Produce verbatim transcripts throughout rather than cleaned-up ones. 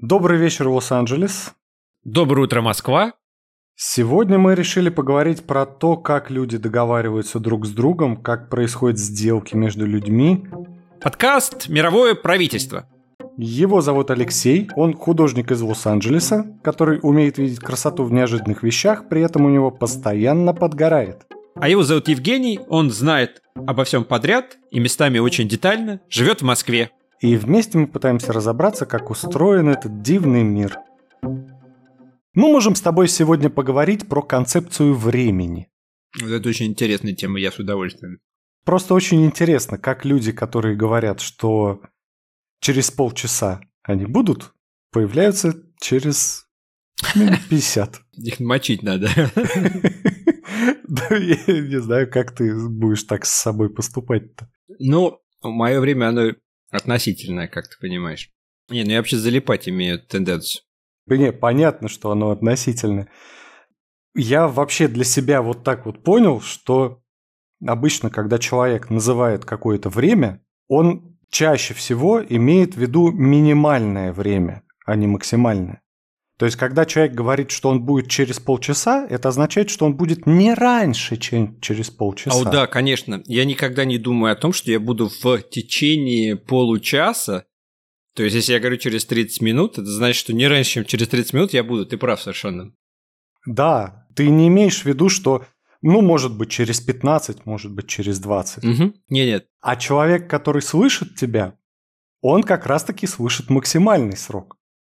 Добрый вечер, Лос-Анджелес. Доброе утро, Москва. Сегодня мы решили поговорить про то, как люди договариваются друг с другом, как происходят сделки между людьми. Подкаст «Мировое правительство». Его зовут Алексей, он художник из Лос-Анджелеса, который умеет видеть красоту в неожиданных вещах, при этом у него постоянно подгорает. А его зовут Евгений, он знает обо всем подряд и местами очень детально, живет в Москве. И вместе мы пытаемся разобраться, как устроен этот дивный мир. Мы можем с тобой сегодня поговорить про концепцию времени. Это очень интересная тема, я с удовольствием. Просто очень интересно, как люди, которые говорят, что через полчаса они будут, появляются через минут пятьдесят. Их мочить надо. Да, я не знаю, как ты будешь так с собой поступать-то. Ну, мое время, оно относительное, как ты понимаешь. Не, ну я вообще залипать имею тенденцию. Не, понятно, что оно относительное. Я вообще для себя вот так вот понял, что обычно, когда человек называет какое-то время, он чаще всего имеет в виду минимальное время, а не максимальное. То есть, когда человек говорит, что он будет через полчаса, это означает, что он будет не раньше, чем через полчаса. О, да, конечно. Я никогда не думаю о том, что я буду в течение получаса. То есть, если я говорю через тридцать минут, это значит, что не раньше, чем через тридцать минут я буду. Ты прав совершенно. Да, ты не имеешь в виду, что, ну, может быть, через пятнадцать, может быть, через двадцать. Угу. Нет, нет. А человек, который слышит тебя, он как раз-таки слышит максимальный срок.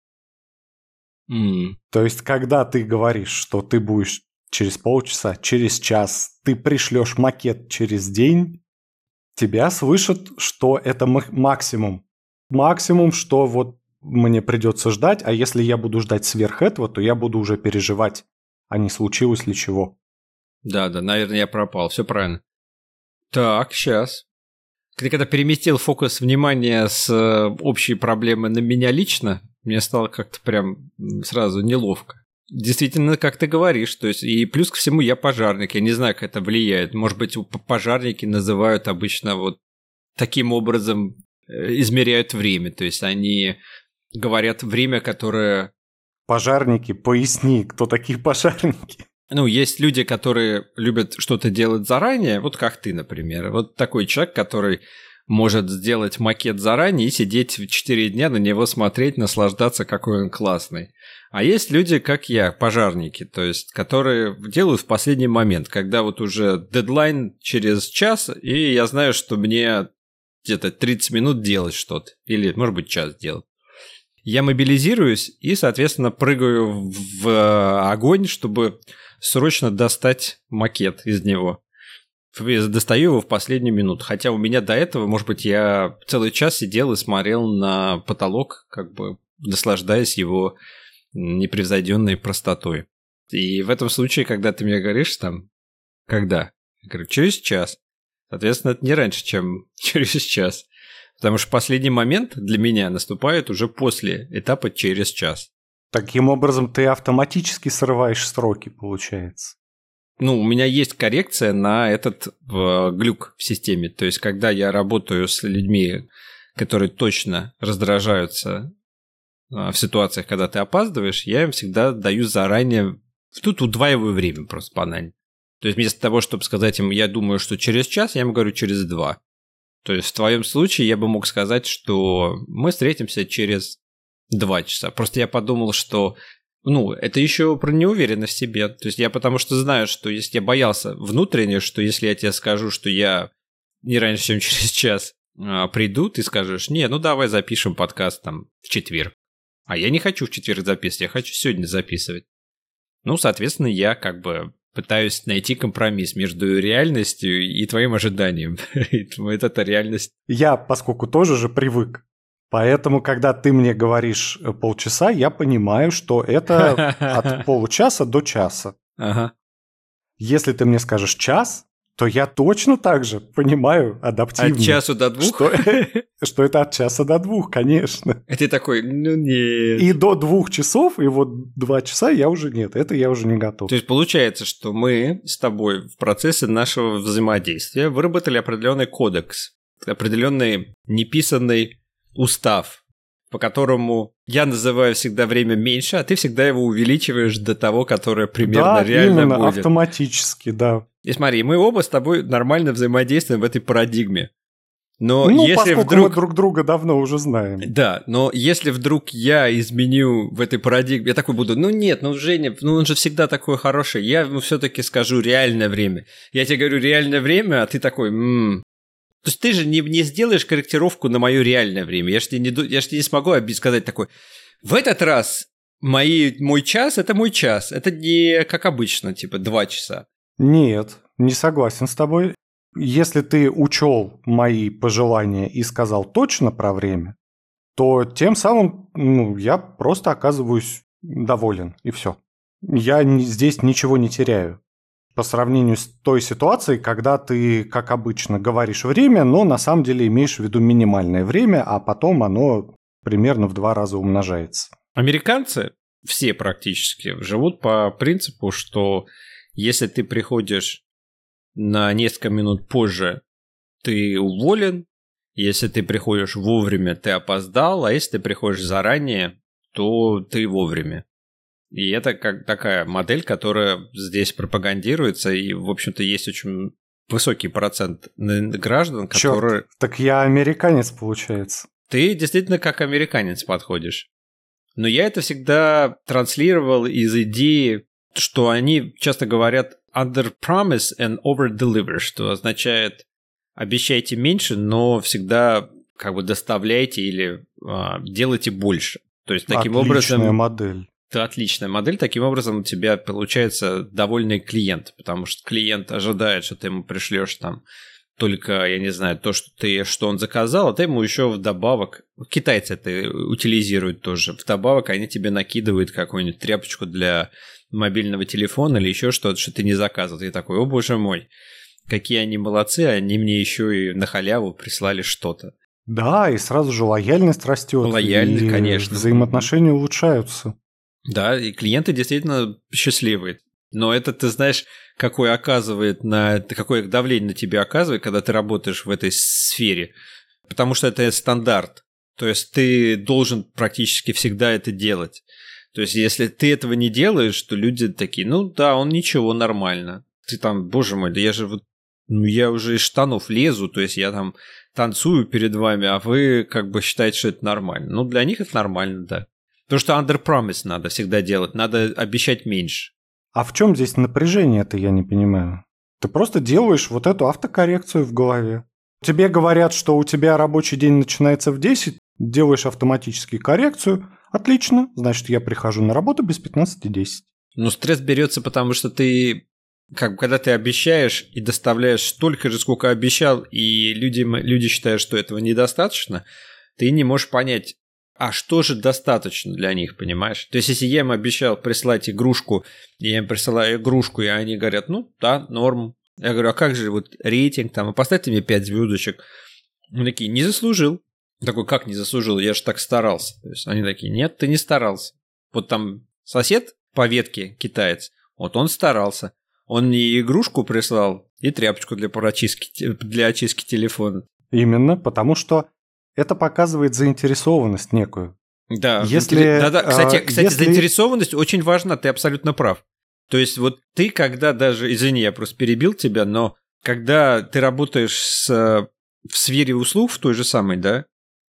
Mm. То есть, когда ты говоришь, что ты будешь через полчаса, через час, ты пришлешь макет через день, тебя слышат, что это максимум. Максимум, что вот мне придется ждать, а если я буду ждать сверх этого, то я буду уже переживать, а не случилось ли чего. Да, да, наверное, я пропал, все правильно. Так, сейчас. Ты когда переместил фокус внимания с общей проблемы на меня лично, мне стало как-то прям сразу неловко. Действительно, как ты говоришь, то есть, и плюс ко всему я пожарник, я не знаю, как это влияет. Может быть, пожарники называют обычно вот таким образом, измеряют время, то есть они говорят время, которое... Пожарники, поясни, кто такие пожарники? Ну, есть люди, которые любят что-то делать заранее, вот как ты, например. Вот такой человек, который может сделать макет заранее и сидеть в четыре дня на него смотреть, наслаждаться, какой он классный. А есть люди, как я, пожарники, то есть, которые делают в последний момент, когда вот уже дедлайн через час, и я знаю, что мне где-то тридцать минут делать что-то, или, может быть, час делать. Я мобилизируюсь и, соответственно, прыгаю в огонь, чтобы срочно достать макет из него. Достаю его в последнюю минуту. Хотя у меня до этого, может быть, я целый час сидел и смотрел на потолок, как бы наслаждаясь его непревзойденной простотой. И в этом случае, когда ты мне говоришь там, когда? Я говорю, через час. Соответственно, это не раньше, чем через час. Потому что последний момент для меня наступает уже после этапа через час. Таким образом, ты автоматически срываешь сроки, получается. Ну, у меня есть коррекция на этот э, глюк в системе. То есть, когда я работаю с людьми, которые точно раздражаются э, в ситуациях, когда ты опаздываешь, я им всегда даю заранее... Тут удваиваю время просто банально. То есть, вместо того, чтобы сказать им, я думаю, что через час, я им говорю через два. То есть, в твоем случае я бы мог сказать, что мы встретимся через два часа. Просто я подумал, что... Ну, это еще про неуверенность в себе. То есть я потому что знаю, что если я боялся внутренне, что если я тебе скажу, что я не раньше, чем через час а, приду, ты скажешь, не, ну давай запишем подкаст там в четверг. А я не хочу в четверг записывать, я хочу сегодня записывать. Ну, соответственно, я как бы пытаюсь найти компромисс между реальностью и твоим ожиданием. Это реальность. Я, поскольку тоже же привык. Поэтому, когда ты мне говоришь полчаса, я понимаю, что это от получаса до часа. Ага. Если ты мне скажешь час, то я точно так же понимаю адаптивно. От часу до двух? Что, что это от часа до двух, конечно. И ты такой, ну нет. И до двух часов, и вот два часа я уже нет, это я уже не готов. То есть получается, что мы с тобой в процессе нашего взаимодействия выработали определенный кодекс, определенный неписанный устав, по которому я называю всегда время меньше, а ты всегда его увеличиваешь до того, которое примерно да, реально именно, будет. Автоматически, да. И смотри, мы оба с тобой нормально взаимодействуем в этой парадигме. Но ну, если поскольку вдруг... мы друг друга давно уже знаем. Да, но если вдруг я изменю в этой парадигме, я такой буду, ну нет, ну Женя, ну он же всегда такой хороший, я ему все-таки скажу реальное время. Я тебе говорю реальное время, а ты такой, м-м. То есть ты же не, не сделаешь корректировку на мое реальное время. Я же тебе не, я ж тебе не смогу сказать такой, в этот раз мои, мой час – это мой час, это не как обычно, типа два часа. Нет, не согласен с тобой. Если ты учел мои пожелания и сказал точно про время, то тем самым ну, я просто оказываюсь доволен, и все. Я не, здесь ничего не теряю. По сравнению с той ситуацией, когда ты, как обычно, говоришь время, но на самом деле имеешь в виду минимальное время, а потом оно примерно в два раза умножается. Американцы все практически живут по принципу, что если ты приходишь на несколько минут позже, ты уволен. Если ты приходишь вовремя, ты опоздал. А если ты приходишь заранее, то ты вовремя. И это как такая модель, которая здесь пропагандируется. И, в общем-то, есть очень высокий процент граждан, которые... Чёрт, так я американец, получается. Ты действительно как американец подходишь. Но я это всегда транслировал из идеи, что они часто говорят under promise and over deliver, что означает обещайте меньше, но всегда как бы доставляйте или а, делайте больше. То есть таким отличная образом... Отличная модель. Это отличная модель. Таким образом у тебя получается довольный клиент, потому что клиент ожидает, что ты ему пришлешь там только, я не знаю, то, что, ты, что он заказал, а ты ему еще вдобавок... Китайцы это утилизируют тоже. Вдобавок они тебе накидывают какую-нибудь тряпочку для мобильного телефона или еще что-то, что ты не заказывал. Ты такой, о боже мой, какие они молодцы, они мне еще и на халяву прислали что-то. Да, и сразу же лояльность растет. Лояльность, и конечно. Взаимоотношения улучшаются. Да, и клиенты действительно счастливые. Но это, ты знаешь, какое оказывает на, какое давление на тебя оказывает, когда ты работаешь в этой сфере. Потому что это стандарт. То есть ты должен практически всегда это делать. То есть если ты этого не делаешь, то люди такие, ну да, он ничего, нормально. Ты там, боже мой, да я же вот, ну я уже из штанов лезу, то есть я там танцую перед вами, а вы как бы считаете, что это нормально. Ну для них это нормально, да. Потому что under promise надо всегда делать, надо обещать меньше. А в чем здесь напряжение-то, я не понимаю? Ты просто делаешь вот эту автокоррекцию в голове. Тебе говорят, что у тебя рабочий день начинается в десять, делаешь автоматически коррекцию. Отлично, значит, я прихожу на работу без пятнадцати десять. Ну, стресс берется, потому что ты, как, когда ты обещаешь и доставляешь столько же, сколько обещал, и люди, люди считают, что этого недостаточно, ты не можешь понять, а что же достаточно для них, понимаешь? То есть, если я им обещал прислать игрушку, и я им присылаю игрушку, и они говорят, ну, да, норм. Я говорю, а как же вот рейтинг там, а поставьте мне пять звездочек. Они такие, не заслужил. Я такой, как не заслужил? Я же так старался. То есть, они такие, нет, ты не старался. Вот там сосед по ветке, китаец, вот он старался. Он мне игрушку прислал и тряпочку для прочистки, для очистки телефона. Именно, потому что это показывает заинтересованность некую. Да, если, интерес... да, да. Кстати, а, кстати если... заинтересованность очень важна, ты абсолютно прав. То есть вот ты, когда даже, извини, я просто перебил тебя, но когда ты работаешь с, в сфере услуг, в той же самой, да,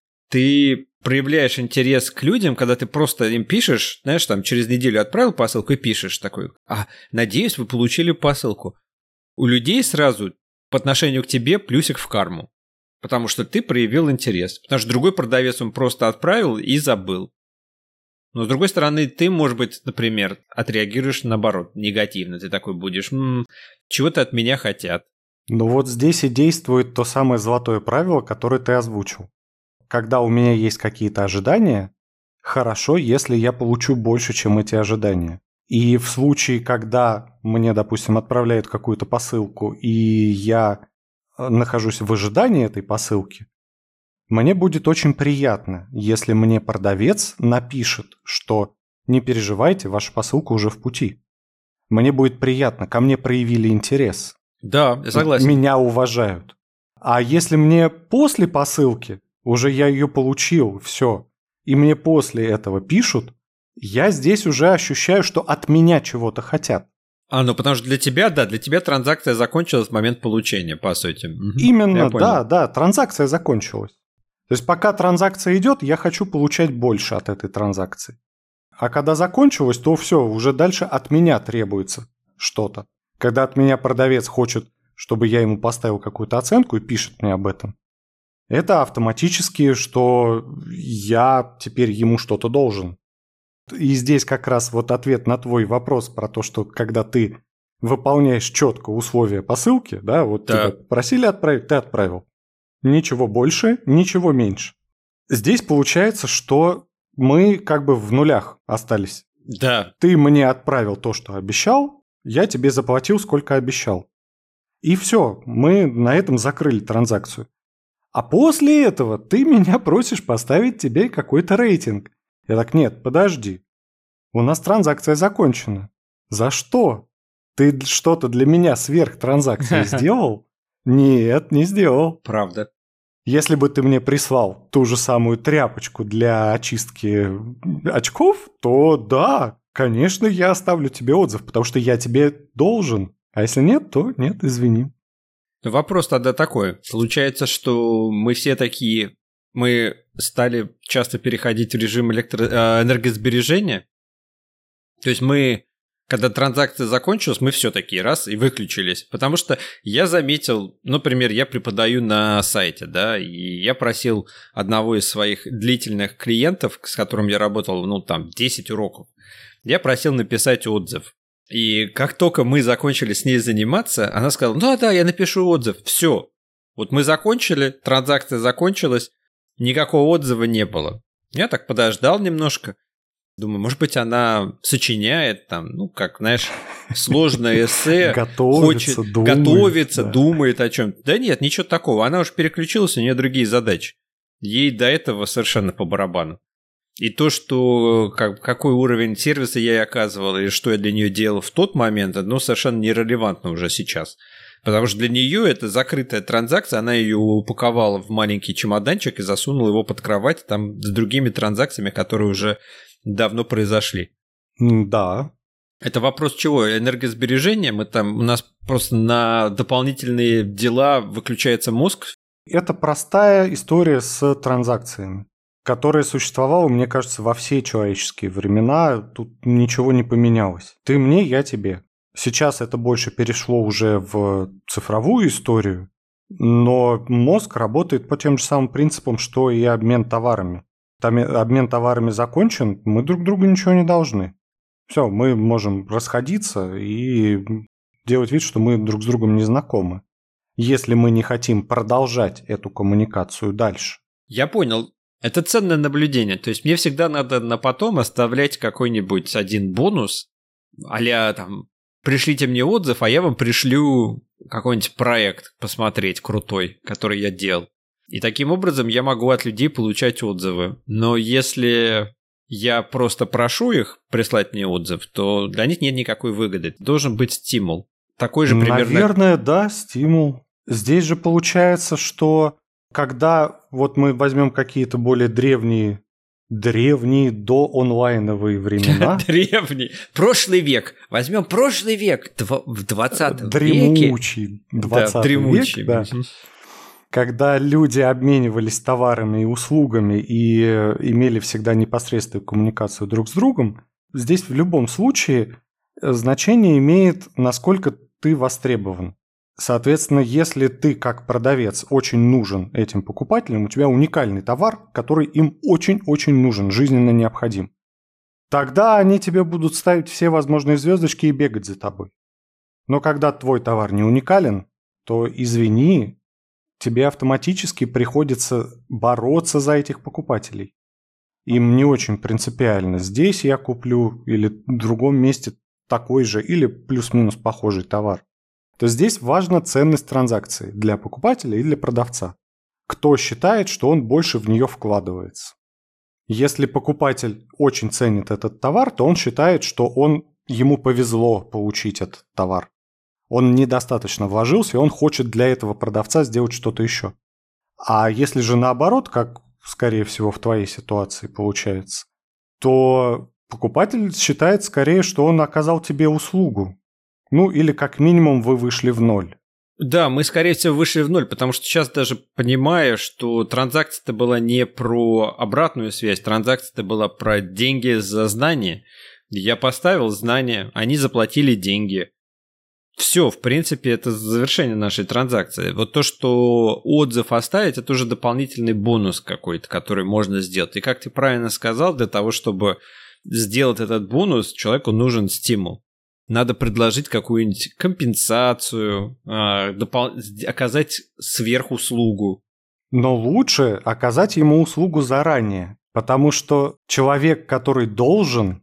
ты проявляешь интерес к людям, когда ты просто им пишешь, знаешь, там через неделю отправил посылку и пишешь такой, а, надеюсь, вы получили посылку. У людей сразу по отношению к тебе плюсик в карму. Потому что ты проявил интерес. Потому что другой продавец он просто отправил и забыл. Но с другой стороны, ты, может быть, например, отреагируешь наоборот, негативно. Ты такой будешь, м-м, чего-то от меня хотят. Ну вот здесь и действует то самое золотое правило, которое ты озвучил. Когда у меня есть какие-то ожидания, хорошо, если я получу больше, чем эти ожидания. И в случае, когда мне, допустим, отправляют какую-то посылку, и я нахожусь в ожидании этой посылки, мне будет очень приятно, если мне продавец напишет, что не переживайте, ваша посылка уже в пути. Мне будет приятно, ко мне проявили интерес. Да, я согласен. Меня уважают. А если мне после посылки, уже я ее получил, все, и мне после этого пишут, я здесь уже ощущаю, что от меня чего-то хотят. А, ну потому что для тебя, да, для тебя транзакция закончилась в момент получения, по сути. Угу. Именно, да, да, транзакция закончилась. То есть пока транзакция идет, я хочу получать больше от этой транзакции. А когда закончилось, то все, уже дальше от меня требуется что-то. Когда от меня продавец хочет, чтобы я ему поставил какую-то оценку и пишет мне об этом, это автоматически, что я теперь ему что-то должен. И здесь как раз вот ответ на твой вопрос про то, что когда ты выполняешь четко условия посылки, да, вот да. тебя просили отправить, ты отправил. Ничего больше, ничего меньше. Здесь получается, что мы как бы в нулях остались. Да. Ты мне отправил то, что обещал, я тебе заплатил, сколько обещал. И все, мы на этом закрыли транзакцию. А после этого ты меня просишь поставить тебе какой-то рейтинг. Я так, нет, подожди. У нас транзакция закончена. За что? Ты что-то для меня сверх транзакции сделал? Нет, не сделал. Правда. Если бы ты мне прислал ту же самую тряпочку для очистки очков, то да, конечно, я оставлю тебе отзыв, потому что я тебе должен. А если нет, то нет, извини. Вопрос тогда такой. Получается, что мы все такие... Мы стали часто переходить в режим электро... энергосбережения. То есть мы, когда транзакция закончилась, мы все такие раз и выключились. Потому что я заметил, например, я преподаю на сайте, да, и я просил одного из своих длительных клиентов, с которым я работал, ну, там, десять уроков, я просил написать отзыв. И как только мы закончили с ней заниматься, она сказала, ну, да, я напишу отзыв. Все. Вот мы закончили, транзакция закончилась, никакого отзыва не было. Я так подождал немножко. Думаю, может быть, она сочиняет там, ну, как, знаешь, сложное эссе. Готовится, хочет, думает. Готовится, да. думает о чем-то. Да нет, ничего такого. Она уже переключилась, у нее другие задачи. Ей до этого совершенно по барабану. И то, что как, какой уровень сервиса я ей оказывал, и что я для нее делал в тот момент, ну, совершенно нерелевантно уже сейчас. Потому что для нее это закрытая транзакция, она ее упаковала в маленький чемоданчик и засунула его под кровать там с другими транзакциями, которые уже давно произошли. Да. Это вопрос чего? Энергосбережения? Мы там, у нас просто на дополнительные дела выключается мозг? Это простая история с транзакциями, которая существовала, мне кажется, во все человеческие времена. Тут ничего не поменялось. Ты мне, я тебе. Сейчас это больше перешло уже в цифровую историю, но мозг работает по тем же самым принципам, что и обмен товарами. Там обмен товарами закончен, мы друг другу ничего не должны. Все, мы можем расходиться и делать вид, что мы друг с другом не знакомы, если мы не хотим продолжать эту коммуникацию дальше. Я понял. Это ценное наблюдение. То есть мне всегда надо на потом оставлять какой-нибудь один бонус, а-ля там пришлите мне отзыв, а я вам пришлю какой-нибудь проект посмотреть крутой, который я делал. И таким образом я могу от людей получать отзывы. Но если я просто прошу их прислать мне отзыв, то для них нет никакой выгоды. Должен быть стимул. Такой же примерно... Наверное, да, стимул. Здесь же получается, что когда вот мы возьмем какие-то более древние, древние до онлайновые времена... Древний. Прошлый век. Возьмем прошлый век в двадцатом веке. Дремучий двадцатый век, да. Когда люди обменивались товарами и услугами и имели всегда непосредственную коммуникацию друг с другом, здесь в любом случае значение имеет, насколько ты востребован. Соответственно, если ты как продавец очень нужен этим покупателям, у тебя уникальный товар, который им очень-очень нужен, жизненно необходим, тогда они тебе будут ставить все возможные звездочки и бегать за тобой. Но когда твой товар не уникален, то, извини, тебе автоматически приходится бороться за этих покупателей. Им не очень принципиально, здесь я куплю или в другом месте такой же или плюс-минус похожий товар. То здесь важна ценность транзакции для покупателя и для продавца. Кто считает, что он больше в нее вкладывается. Если покупатель очень ценит этот товар, то он считает, что он, ему повезло получить этот товар. Он недостаточно вложился, и он хочет для этого продавца сделать что-то еще. А если же наоборот, как скорее всего, в твоей ситуации получается, то покупатель считает скорее, что он оказал тебе услугу. Ну, или как минимум вы вышли в ноль. Да, мы, скорее всего, вышли в ноль, потому что сейчас даже понимаю, что транзакция-то была не про обратную связь, транзакция-то была про деньги за знание. Я поставил знания, они заплатили деньги. Все, в принципе, это завершение нашей транзакции. Вот то, что отзыв оставить, это уже дополнительный бонус какой-то, который можно сделать. И как ты правильно сказал, для того, чтобы сделать этот бонус, человеку нужен стимул. Надо предложить какую-нибудь компенсацию, допол... оказать сверхуслугу. Но лучше оказать ему услугу заранее, потому что человек, который должен,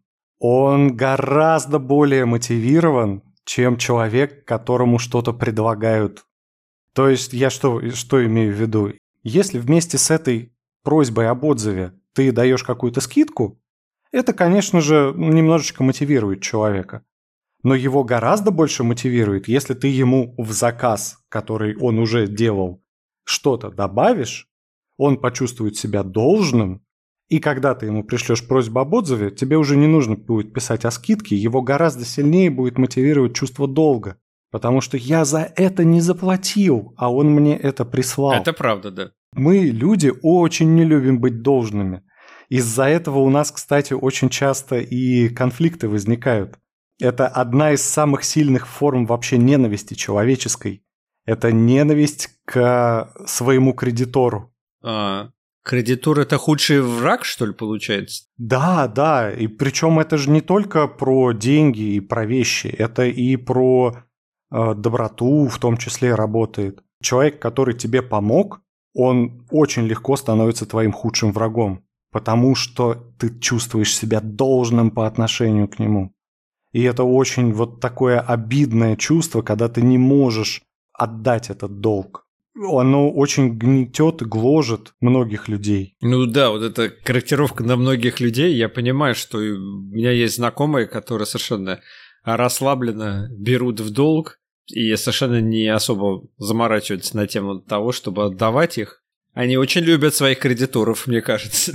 он гораздо более мотивирован, чем человек, которому что-то предлагают. То есть я что, что имею в виду? Если вместе с этой просьбой об отзыве ты даешь какую-то скидку, это, конечно же, немножечко мотивирует человека. Но его гораздо больше мотивирует, если ты ему в заказ, который он уже делал, что-то добавишь, он почувствует себя должным, и когда ты ему пришлешь просьбу об отзыве, тебе уже не нужно будет писать о скидке, его гораздо сильнее будет мотивировать чувство долга. Потому что я за это не заплатил, а он мне это прислал. Это правда, да. Мы, люди, очень не любим быть должными. Из-за этого у нас, кстати, очень часто и конфликты возникают. Это одна из самых сильных форм вообще ненависти человеческой. Это ненависть к своему кредитору. А, кредитор – это худший враг, что ли, получается? Да, да. И причем это же не только про деньги и про вещи. Это и про э, доброту в том числе работает. Человек, который тебе помог, он очень легко становится твоим худшим врагом. Потому что ты чувствуешь себя должным по отношению к нему. И это очень вот такое обидное чувство, когда ты не можешь отдать этот долг. Оно очень гнетет и гложет многих людей. Ну да, вот эта корректировка на многих людей. Я понимаю, что у меня есть знакомые, которые совершенно расслабленно берут в долг и совершенно не особо заморачиваются на тему того, чтобы отдавать их. Они очень любят своих кредиторов, мне кажется.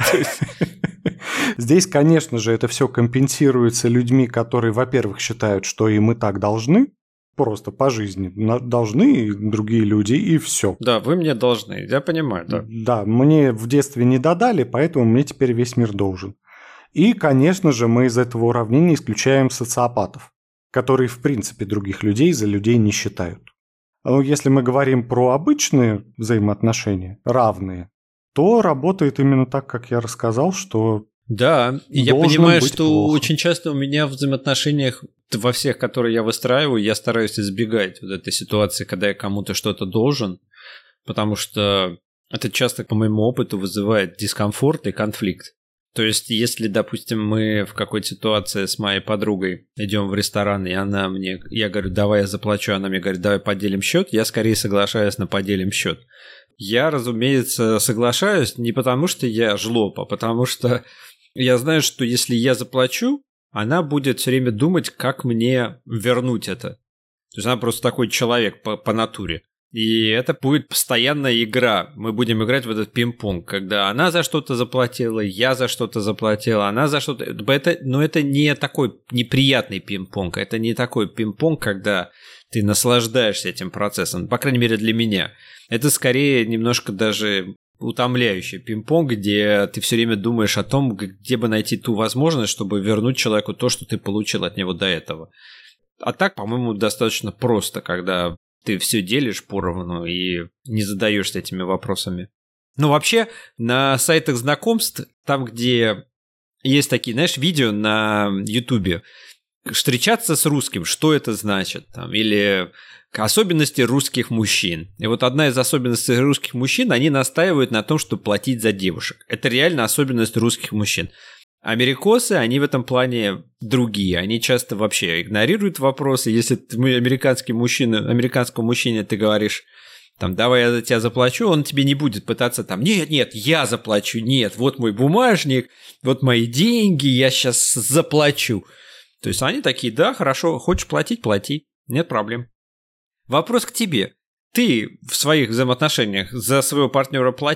Здесь, конечно же, это все компенсируется людьми, которые, во-первых, считают, что им и так должны, просто по жизни должны другие люди, и все. Да, вы мне должны, я понимаю, да. Да, мне в детстве не додали, поэтому мне теперь весь мир должен. И, конечно же, мы из этого уравнения исключаем социопатов, которые, в принципе, других людей за людей не считают. Но если мы говорим про обычные взаимоотношения, равные, то работает именно так, как я рассказал, что да, и я понимаю, что плохо. Очень часто у меня в взаимоотношениях, во всех, которые я выстраиваю, я стараюсь избегать вот этой ситуации, когда я кому-то что-то должен, потому что это часто, по моему опыту, вызывает дискомфорт и конфликт. То есть, если, допустим, мы в какой-то ситуации с моей подругой идем в ресторан, и она мне, я говорю, давай я заплачу, она мне говорит, давай поделим счет, я скорее соглашаюсь на поделим счет. Я, разумеется, соглашаюсь не потому, что я жлоб, а потому что я знаю, что если я заплачу, она будет все время думать, как мне вернуть это. То есть она просто такой человек по, по натуре. И это будет постоянная игра. Мы будем играть в этот пинг-понг, когда она за что-то заплатила, я за что-то заплатила, она за что-то... Это, но это не такой неприятный пинг-понг. Это не такой пинг-понг, когда ты наслаждаешься этим процессом. По крайней мере, для меня. Это скорее немножко даже утомляющий пинг-понг, где ты все время думаешь о том, где бы найти ту возможность, чтобы вернуть человеку то, что ты получил от него до этого. А так, по-моему, достаточно просто, когда ты все делишь поровну и не задаешься этими вопросами. Ну, вообще, на сайтах знакомств, там, где есть такие, знаешь, видео на Ютубе, встречаться с русским, что это значит, там, или особенности русских мужчин. И вот одна из особенностей русских мужчин, они настаивают на том, чтобы платить за девушек. Это реально особенность русских мужчин. Америкосы, они в этом плане другие. Они часто вообще игнорируют вопросы. Если ты американский мужчина, американскому мужчине ты говоришь, там, давай я за тебя заплачу, он тебе не будет пытаться там, нет, нет, я заплачу, нет, вот мой бумажник, вот мои деньги, я сейчас заплачу. То есть они такие, да, хорошо, хочешь платить, плати, нет проблем. Вопрос к тебе. Ты в своих взаимоотношениях за своего партнера платил?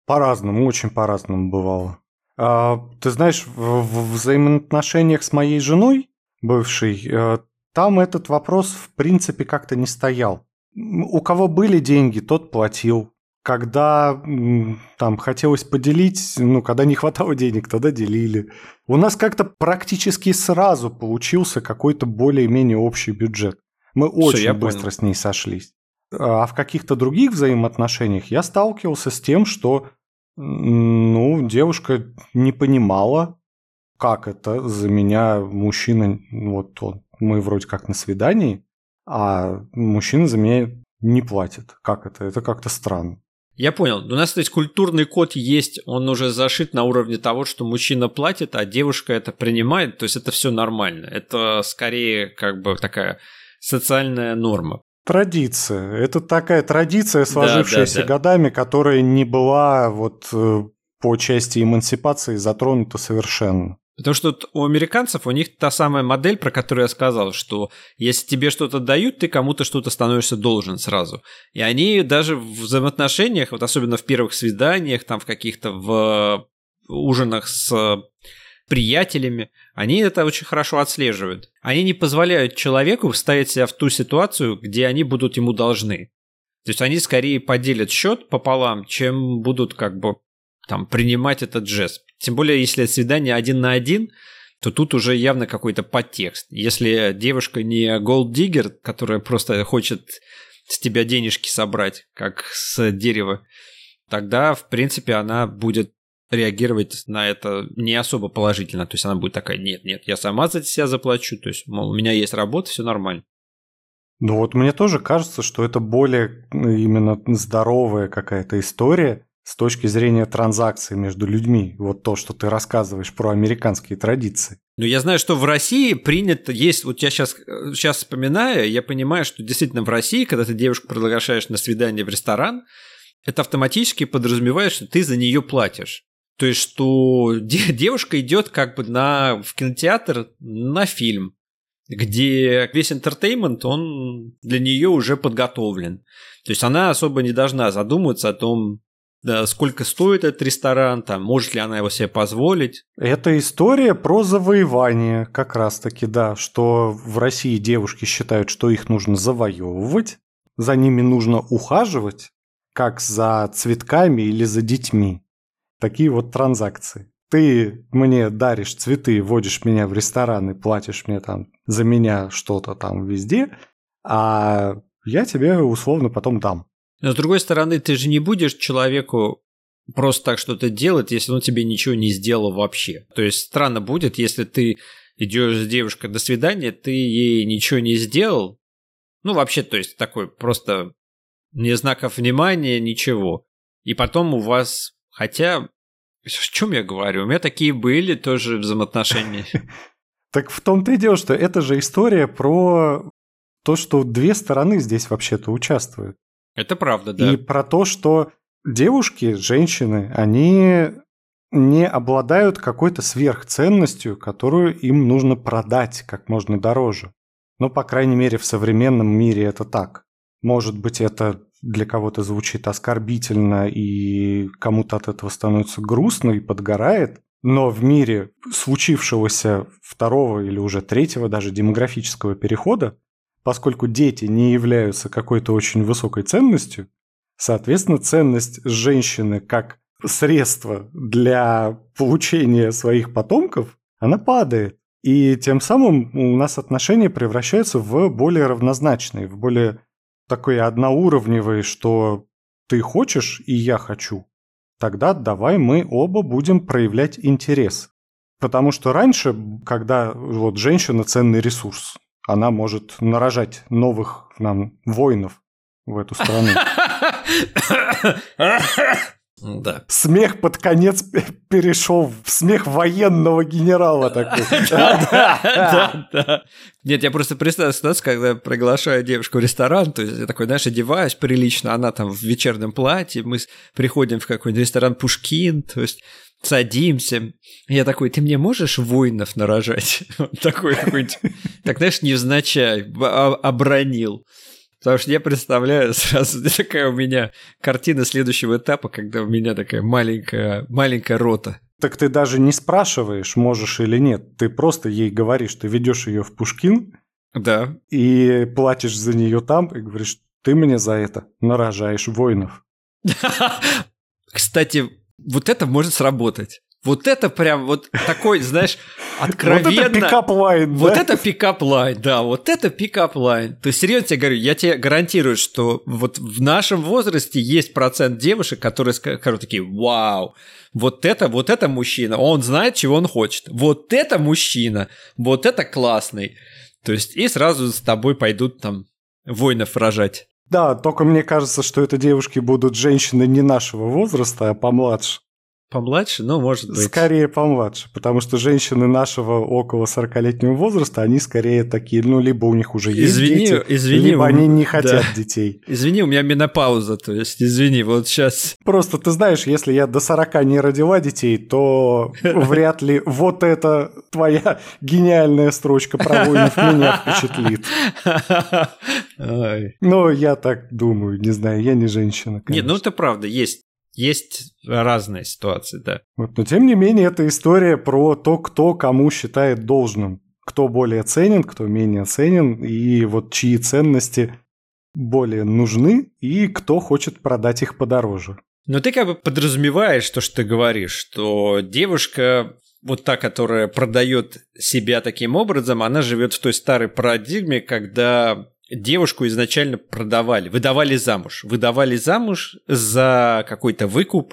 По-разному, очень по-разному бывало. А, ты знаешь, в, в взаимоотношениях с моей женой, бывшей, там этот вопрос в принципе как-то не стоял. У кого были деньги, тот платил. Когда там хотелось поделить, ну, когда не хватало денег, тогда делили. У нас как-то практически сразу получился какой-то более-менее общий бюджет. Мы Всё, очень я быстро понял. с ней сошлись. А в каких-то других взаимоотношениях я сталкивался с тем, что, ну, девушка не понимала, как это за меня мужчина, вот он, мы вроде как на свидании, а мужчина за меня не платит. Как это? Это как-то странно. Я понял. У нас, то есть, культурный код есть, он уже зашит на уровне того, что мужчина платит, а девушка это принимает, то есть это все нормально. Это скорее как бы такая социальная норма. Традиция. Это такая традиция, сложившаяся да, да, да. годами, которая не была вот по части эмансипации затронута совершенно. Потому что вот у американцев у них та самая модель, про которую я сказал, что если тебе что-то дают, ты кому-то что-то становишься должен сразу. И они даже в взаимоотношениях, вот особенно в первых свиданиях, там в каких-то в ужинах с приятелями, они это очень хорошо отслеживают. Они не позволяют человеку ставить себя в ту ситуацию, где они будут ему должны. То есть они скорее поделят счет пополам, чем будут как бы там принимать этот жест. Тем более, если свидание один на один, то тут уже явно какой-то подтекст. Если девушка не голд-диггер, которая просто хочет с тебя денежки собрать, как с дерева, тогда, в принципе, она будет реагировать на это не особо положительно. То есть она будет такая: нет, нет, я сама за себя заплачу. То есть, мол, у меня есть работа, все нормально. Ну вот мне тоже кажется, что это более именно здоровая какая-то история с точки зрения транзакций между людьми. Вот то, что ты рассказываешь про американские традиции. Ну, я знаю, что в России принято, есть, вот я сейчас, сейчас вспоминаю, я понимаю, что действительно в России, когда ты девушку приглашаешь на свидание в ресторан, это автоматически подразумевает, что ты за нее платишь. То есть, что девушка идет как бы на, в кинотеатр на фильм, где весь интертеймент, он для нее уже подготовлен. То есть она особо не должна задумываться о том, да, сколько стоит этот ресторан, там, может ли она его себе позволить. Это история про завоевание, как раз-таки, да, что в России девушки считают, что их нужно завоевывать, за ними нужно ухаживать, как за цветками или за детьми. Такие вот транзакции. Ты мне даришь цветы, водишь меня в ресторан и платишь мне там за меня что-то там везде, а я тебе условно потом дам. Но с другой стороны, ты же не будешь человеку просто так что-то делать, если он тебе ничего не сделал вообще. То есть странно будет, если ты идешь с девушкой до свидания, ты ей ничего не сделал. Ну, вообще, то есть такой просто ни знаков внимания, ничего. И потом у вас... Хотя, о чем я говорю? У меня такие были тоже взаимоотношения. Так в том-то и дело, что это же история про то, что две стороны здесь вообще-то участвуют. Это правда, да. И про то, что девушки, женщины, они не обладают какой-то сверхценностью, которую им нужно продать как можно дороже. Ну, по крайней мере, в современном мире это так. Может быть, это для кого-то звучит оскорбительно, и кому-то от этого становится грустно и подгорает, но в мире случившегося второго или уже третьего даже демографического перехода, поскольку дети не являются какой-то очень высокой ценностью, соответственно, ценность женщины как средство для получения своих потомков, она падает. И тем самым у нас отношения превращаются в более равнозначные, в более такой одноуровневые, что ты хочешь и я хочу. Тогда давай мы оба будем проявлять интерес. Потому что раньше, когда вот женщина ценный ресурс, она может нарожать новых нам воинов в эту страну. Да. Смех под конец перешел в смех военного генерала такой. Да, да. Нет, я просто представляю ситуацию, когда приглашаю девушку в ресторан, то есть я такой, знаешь, одеваюсь прилично, она там в вечернем платье, мы приходим в какой-нибудь ресторан Пушкин, то есть садимся. Я такой: ты мне можешь воинов нарожать? Такой какой-нибудь, так, знаешь, невзначай обронил. Потому что я представляю сразу такая у меня картина следующего этапа, когда у меня такая маленькая, маленькая рота. Так ты даже не спрашиваешь, можешь или нет. Ты просто ей говоришь, ты ведешь ее в Пушкин, да, и платишь за нее там, и говоришь, ты мне за это нарожаешь воинов. Кстати, вот это может сработать. Вот это прям вот такой, знаешь, откровенно... Вот это пикап-лайн, Вот да? это пикап-лайн, да, вот это пикап-лайн. То есть, серьезно тебе говорю, я тебе гарантирую, что вот в нашем возрасте есть процент девушек, которые скажут такие, вау, вот это, вот это мужчина, он знает, чего он хочет. Вот это мужчина, вот это классный. То есть, и сразу с тобой пойдут там воинов рожать. Да, только мне кажется, что это девушки будут женщины не нашего возраста, а помладше. Помладше? Ну, может быть. Скорее помладше, потому что женщины нашего около сорокалетнего возраста, они скорее такие, ну, либо у них уже есть извини, дети, извини, либо у... они не хотят да. детей. Извини, у меня менопауза, то есть, извини, вот сейчас... Просто ты знаешь, если я до сорока не родила детей, то вряд ли вот эта твоя гениальная строчка про воинов меня впечатлит. Ну, я так думаю, не знаю, я не женщина, конечно. Нет, ну это правда, есть. Есть разные ситуации, да. Вот, но тем не менее, это история про то, кто кому считает должным. Кто более ценен, кто менее ценен, и вот чьи ценности более нужны, и кто хочет продать их подороже. Но ты как бы подразумеваешь то, что ты говоришь, что девушка, вот та, которая продает себя таким образом, она живет в той старой парадигме, когда... Девушку изначально продавали, выдавали замуж. Выдавали замуж за какой-то выкуп,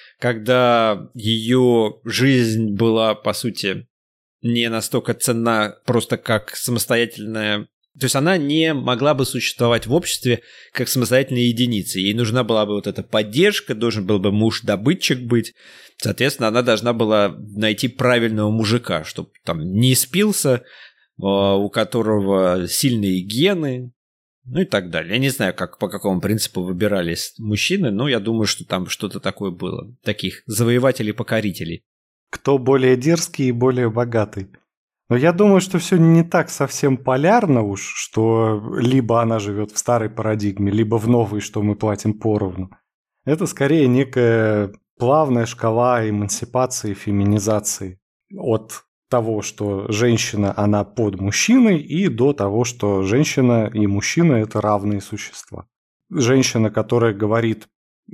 когда ее жизнь была, по сути, не настолько ценна просто как самостоятельная... То есть она не могла бы существовать в обществе как самостоятельная единица. Ей нужна была бы вот эта поддержка, должен был бы муж-добытчик быть. Соответственно, она должна была найти правильного мужика, чтобы там не спился, у которого сильные гены, ну и так далее. Я не знаю, как, по какому принципу выбирались мужчины, но я думаю, что там что-то такое было. Таких завоевателей-покорителей. Кто более дерзкий и более богатый. Но я думаю, что все не так совсем полярно уж, что либо она живет в старой парадигме, либо в новой, что мы платим поровну. Это скорее некая плавная шкала эмансипации, феминизации от того, что женщина, она под мужчиной, и до того, что женщина и мужчина – это равные существа. Женщина, которая говорит,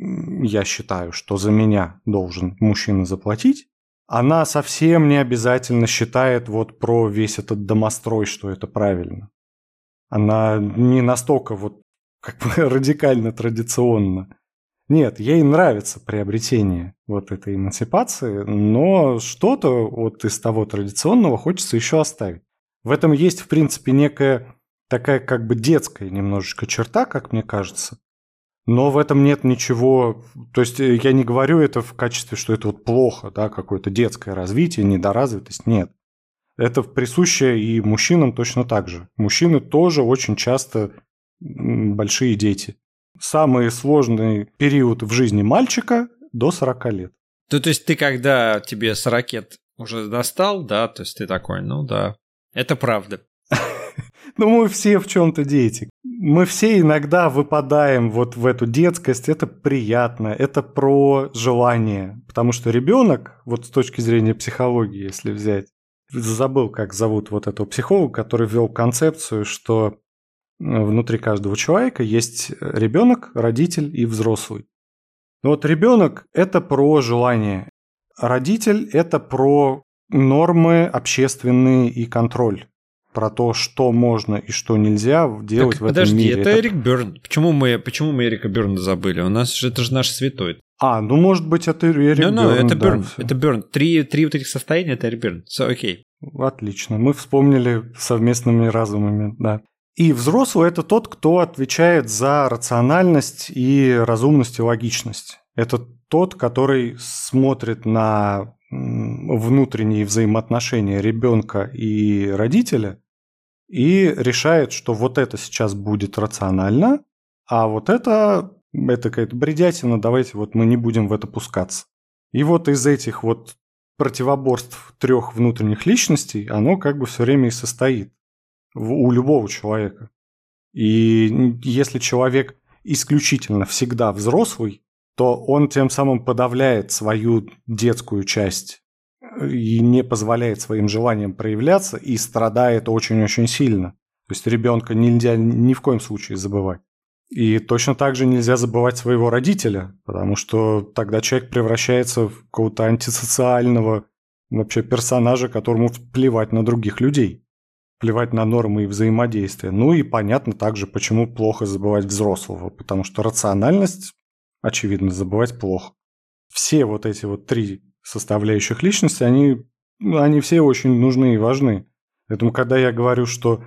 я считаю, что за меня должен мужчина заплатить, она совсем не обязательно считает вот про весь этот домострой, что это правильно. Она не настолько вот как бы радикально традиционна. Нет, ей нравится приобретение вот этой эмансипации, но что-то вот из того традиционного хочется еще оставить. В этом есть, в принципе, некая такая как бы детская немножечко черта, как мне кажется. Но в этом нет ничего... То есть я не говорю это в качестве, что это вот плохо, да, какое-то детское развитие, недоразвитость. Нет. Это присуще и мужчинам точно так же. Мужчины тоже очень часто большие дети. Самый сложный период в жизни мальчика до сорока лет. Ну, то есть ты, когда тебе сорокет уже достал, да, то есть ты такой, ну да, это правда. Ну, мы все в чем-то дети. Мы все иногда выпадаем вот в эту детскость. Это приятно, это про желание. Потому что ребенок, вот с точки зрения психологии, если взять, забыл, как зовут вот этого психолога, который ввел концепцию, что внутри каждого человека есть ребенок, родитель и взрослый. Вот ребенок – это про желание. Родитель – это про нормы общественные и контроль. Про то, что можно и что нельзя делать так, в этом подожди, мире. Это, это Эрик Бёрн. Почему мы, почему мы Эрика Бёрна забыли? У нас же это же наш святой. А, ну может быть это Эрик no, no, Бёрн. Это да, Бёрн. все. Это Бёрн. Три, три вот этих состояния – это Эрик Бёрн. So, окей. Okay. Отлично. Мы вспомнили совместными разумами, да. И взрослый – это тот, кто отвечает за рациональность и разумность и логичность. Это тот, который смотрит на внутренние взаимоотношения ребенка и родителя и решает, что вот это сейчас будет рационально, а вот это, это какая-то бредятина, давайте вот мы не будем в это пускаться. И вот из этих вот противоборств трех внутренних личностей оно как бы все время и состоит у любого человека. И если человек исключительно всегда взрослый, то он тем самым подавляет свою детскую часть и не позволяет своим желаниям проявляться и страдает очень-очень сильно. То есть ребенка нельзя ни в коем случае забывать. И точно так же нельзя забывать своего родителя, потому что тогда человек превращается в какого-то антисоциального вообще персонажа, которому плевать на других людей, плевать на нормы и взаимодействия. Ну и понятно также, почему плохо забывать взрослого, потому что рациональность, очевидно, забывать плохо. Все вот эти вот три составляющих личности, они, они все очень нужны и важны. Поэтому, когда я говорю, что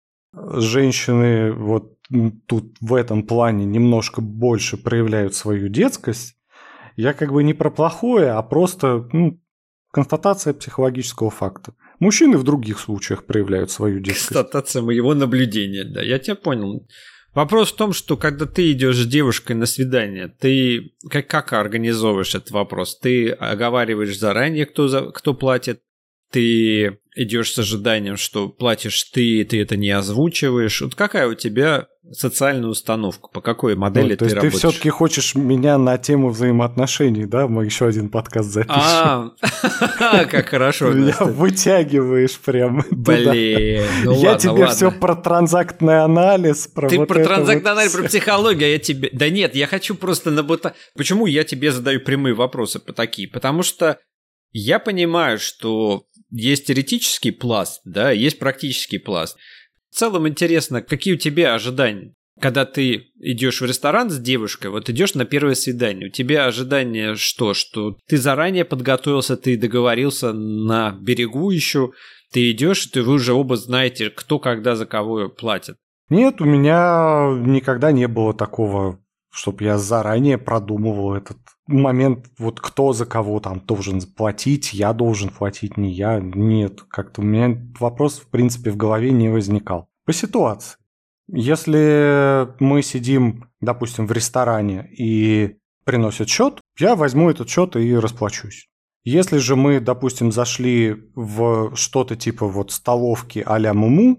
женщины вот тут в этом плане немножко больше проявляют свою детскость, я как бы не про плохое, а просто ну, констатация психологического факта. Мужчины в других случаях проявляют свою детскость. Констатация моего наблюдения, да, я тебя понял. Вопрос в том, что когда ты идешь с девушкой на свидание, ты как, как организовываешь этот вопрос? Ты оговариваешь заранее, кто, за, кто платит, ты идешь с ожиданием, что платишь ты, ты это не озвучиваешь. Вот какая у тебя социальная установка? По какой модели ну, ты работаешь? То есть ты все-таки хочешь меня на тему взаимоотношений, да? Мы еще один подкаст запишем. А, как хорошо. Меня вытягиваешь прям. Блин, ну ладно, Я тебе все про транзактный анализ, про Ты вот про это транзактный вот анализ, всё. про психологию, а я тебе... Да нет, я хочу просто наботать... Почему я тебе задаю прямые вопросы по такие? Потому что я понимаю, что есть теоретический пласт, да, есть практический пласт. В целом интересно, какие у тебя ожидания? Когда ты идешь в ресторан с девушкой, вот идешь на первое свидание, у тебя ожидания что? Что ты заранее подготовился, ты договорился на берегу еще, ты идешь, и вы уже оба знаете, кто когда за кого платит. Нет, у меня никогда не было такого, чтобы я заранее продумывал этот момент, вот кто за кого там должен платить, я должен платить, не я. Нет, как-то у меня вопрос, в принципе, в голове не возникал. По ситуации. Если мы сидим, допустим, в ресторане и приносят счет, я возьму этот счет и расплачусь. Если же мы, допустим, зашли в что-то типа вот столовки а-ля Муму,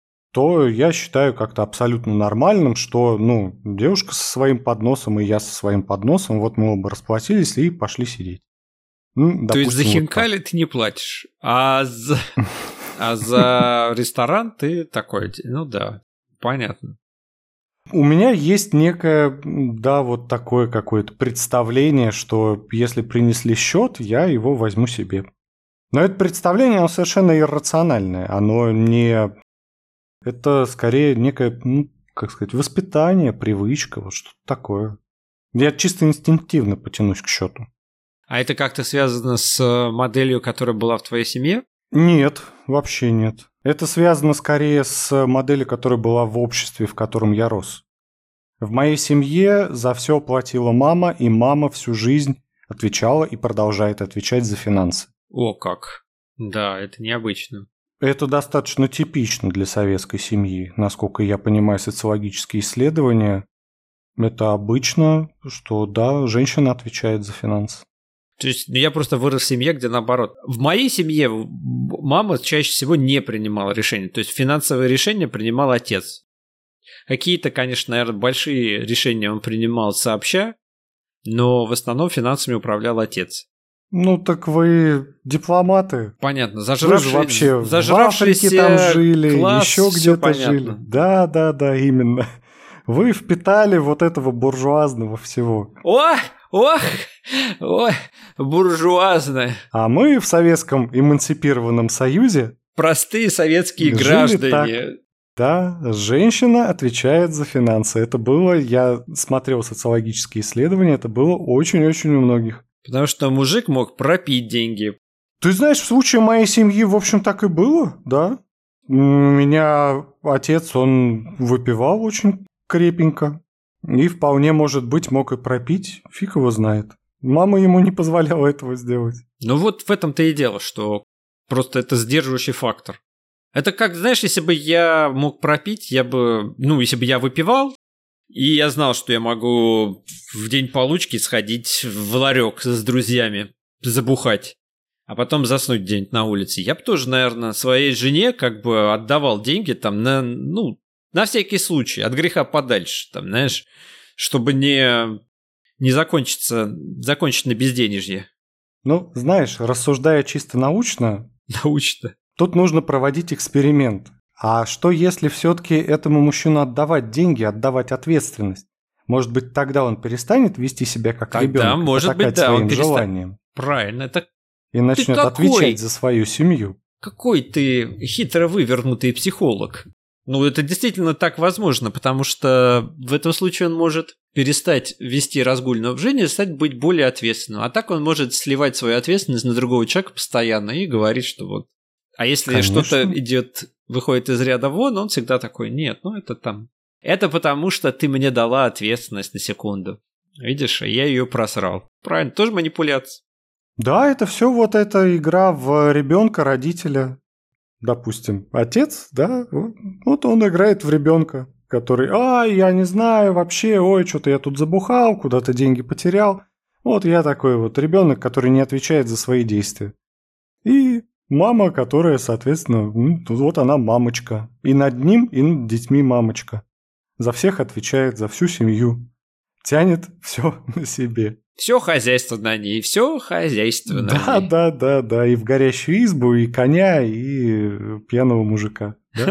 то я считаю как-то абсолютно нормальным, что, ну, девушка со своим подносом и я со своим подносом, вот мы оба расплатились и пошли сидеть. Ну, То есть за допустим, вот хинкали ты не платишь, а за, а за ресторан ты такой, ну да, понятно. У меня есть некое, да, вот такое какое-то представление, что если принесли счет, я его возьму себе. Но это представление, оно совершенно иррациональное, оно не... Это скорее некое, ну, как сказать, воспитание, привычка, вот что-то такое. Я чисто инстинктивно потянусь к счету. А это как-то связано с моделью, которая была в твоей семье? Нет, вообще нет. Это связано скорее с моделью, которая была в обществе, в котором я рос. В моей семье за все платила мама, и мама всю жизнь отвечала и продолжает отвечать за финансы. О, как. Да, это необычно. Это достаточно типично для советской семьи. Насколько я понимаю социологические исследования, это обычно, что да, женщина отвечает за финансы. То есть я просто вырос в семье, где наоборот. В моей семье мама чаще всего не принимала решения. То есть финансовые решения принимал отец. Какие-то, конечно, наверное, большие решения он принимал сообща, но в основном финансами управлял отец. Ну так вы дипломаты. Понятно. Вы же вообще в Африке там жили, еще где-то жили. Да, да, да, именно. Вы впитали вот этого буржуазного всего. Ой, ох, ой, буржуазное. А мы в Советском эмансипированном Союзе простые советские жили граждане. Так. Да, женщина отвечает за финансы. Это было, я смотрел социологические исследования, это было очень-очень у многих. Потому что мужик мог пропить деньги. Ты знаешь, в случае моей семьи, в общем, так и было, да. У меня отец, он выпивал очень крепенько. И вполне, может быть, мог и пропить. Фиг его знает. Мама ему не позволяла этого сделать. Ну вот в этом-то и дело, что просто это сдерживающий фактор. Это как, знаешь, если бы я мог пропить, я бы... Ну, если бы я выпивал, и я знал, что я могу в день получки сходить в ларек с друзьями, забухать, а потом заснуть где-нибудь на улице. Я бы тоже, наверное, своей жене как бы отдавал деньги там на, ну, На всякий случай, от греха подальше, там, знаешь, чтобы не, не закончиться, закончить на безденежье. Ну, знаешь, рассуждая чисто научно, Научно. Тут нужно проводить эксперимент. А что, если все-таки этому мужчину отдавать деньги, отдавать ответственность? Может быть, тогда он перестанет вести себя как Тогда, ребенок, может быть, да, своим он перестанет. желанием? Правильно, это и начнет отвечать за свою семью. Какой ты хитро вывернутый психолог. Ну, это действительно так возможно, потому что в этом случае он может перестать вести разгульное жизнь и стать быть более ответственным. А так он может сливать свою ответственность на другого человека постоянно и говорить, что вот. А если Конечно. Что-то идет, выходит из ряда вон, он всегда такой: нет, ну это там. Это потому, что ты мне дала ответственность на секунду. Видишь, я ее просрал. Правильно, тоже манипуляция. Да, это все вот эта игра в ребенка, родителя. Допустим, отец, да, вот он играет в ребенка, который: а, я не знаю вообще, ой, что-то я тут забухал, куда-то деньги потерял. Вот я такой вот ребенок, который не отвечает за свои действия. И мама, которая, соответственно, вот она мамочка. И над ним, и над детьми мамочка. За всех отвечает, за всю семью. Тянет все на себе. Все хозяйство на ней, все хозяйство на да, ней. Да, да, да, да. И в горящую избу, и коня, и пьяного мужика.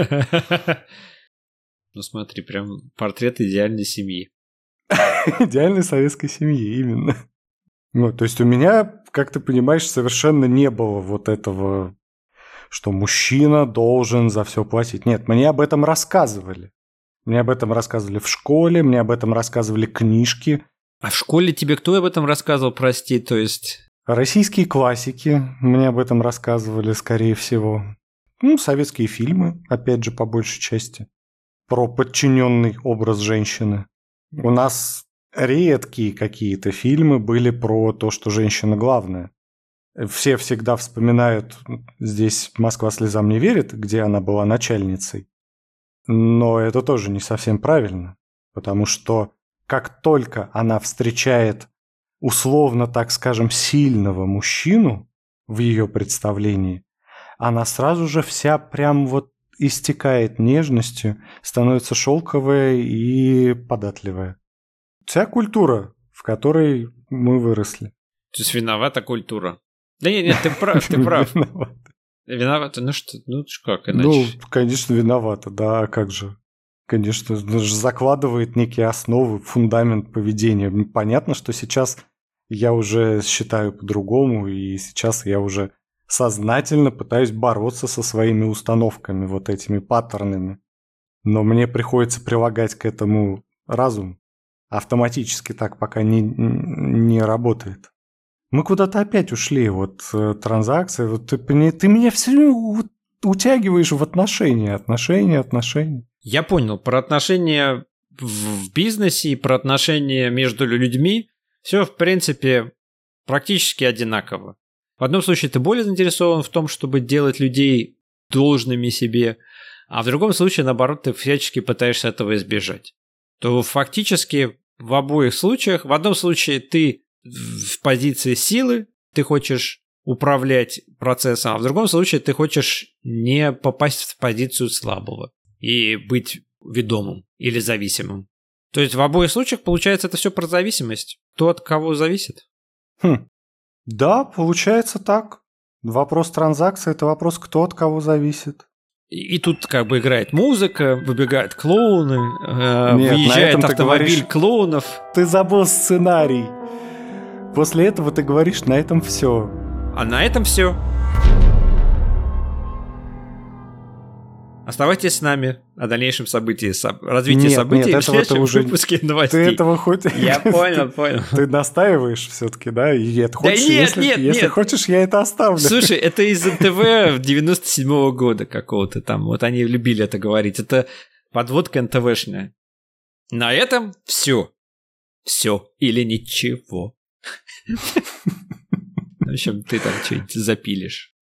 Ну смотри, прям портрет идеальной семьи. Идеальной советской семьи, именно. Ну, то есть у меня, как ты понимаешь, совершенно не было вот этого, что мужчина должен за все платить. Нет, мне об этом рассказывали. Мне об этом рассказывали в школе, мне об этом рассказывали книжки. А в школе тебе кто об этом рассказывал, прости, то есть... Российские классики мне об этом рассказывали, скорее всего. Ну, советские фильмы, опять же, по большей части. Про подчиненный образ женщины. У нас редкие какие-то фильмы были про то, что женщина главная. Все всегда вспоминают здесь «Москва слезам не верит», где она была начальницей. Но это тоже не совсем правильно, потому что как только она встречает условно, так скажем, сильного мужчину в ее представлении, она сразу же вся прям вот истекает нежностью, становится шелковая и податливая. Вся культура, в которой мы выросли. То есть виновата культура. Да нет, нет, ты прав, ты прав. Виновата, ну что, ну как иначе? Ну, конечно, виновата, да, а как же? Конечно, закладывает некие основы, фундамент поведения. Понятно, что сейчас я уже считаю по-другому, и сейчас я уже сознательно пытаюсь бороться со своими установками, вот этими паттернами. Но мне приходится прилагать к этому разум. Автоматически так пока не, не работает. Мы куда-то опять ушли, вот транзакции, вот ты, ты меня все вот утягиваешь в отношения, отношения, отношения. Я понял, про отношения в бизнесе и про отношения между людьми все, в принципе, практически одинаково. В одном случае ты более заинтересован в том, чтобы делать людей должными себе, а в другом случае, наоборот, ты всячески пытаешься этого избежать. То фактически в обоих случаях, в одном случае ты в позиции силы, ты хочешь управлять процессом, а в другом случае ты хочешь не попасть в позицию слабого и быть ведомым или зависимым. То есть в обоих случаях, получается, это все про зависимость. Кто от кого зависит? Хм. Да, получается так. Вопрос транзакции – это вопрос, кто от кого зависит. И, и тут как бы играет музыка, выбегают клоуны, э, Нет, выезжает автомобиль говоришь, клоунов. Ты забыл сценарий. После этого ты говоришь, на этом все. А на этом все. Оставайтесь с нами о дальнейшем событии, со... развитии нет, событий нет, в следующем уже... выпуске новостей. Ты этого хоть... Я понял, понял. Ты настаиваешь все-таки, да? И это хочешь, да нет, если, нет, если нет. хочешь, я это оставлю. Слушай, это из эн тэ вэ девяносто седьмого года какого-то там. Вот они любили это говорить. Это подводка эн тэ вэ-шная. На этом все. Все или ничего. В общем, ты там что-нибудь запилишь.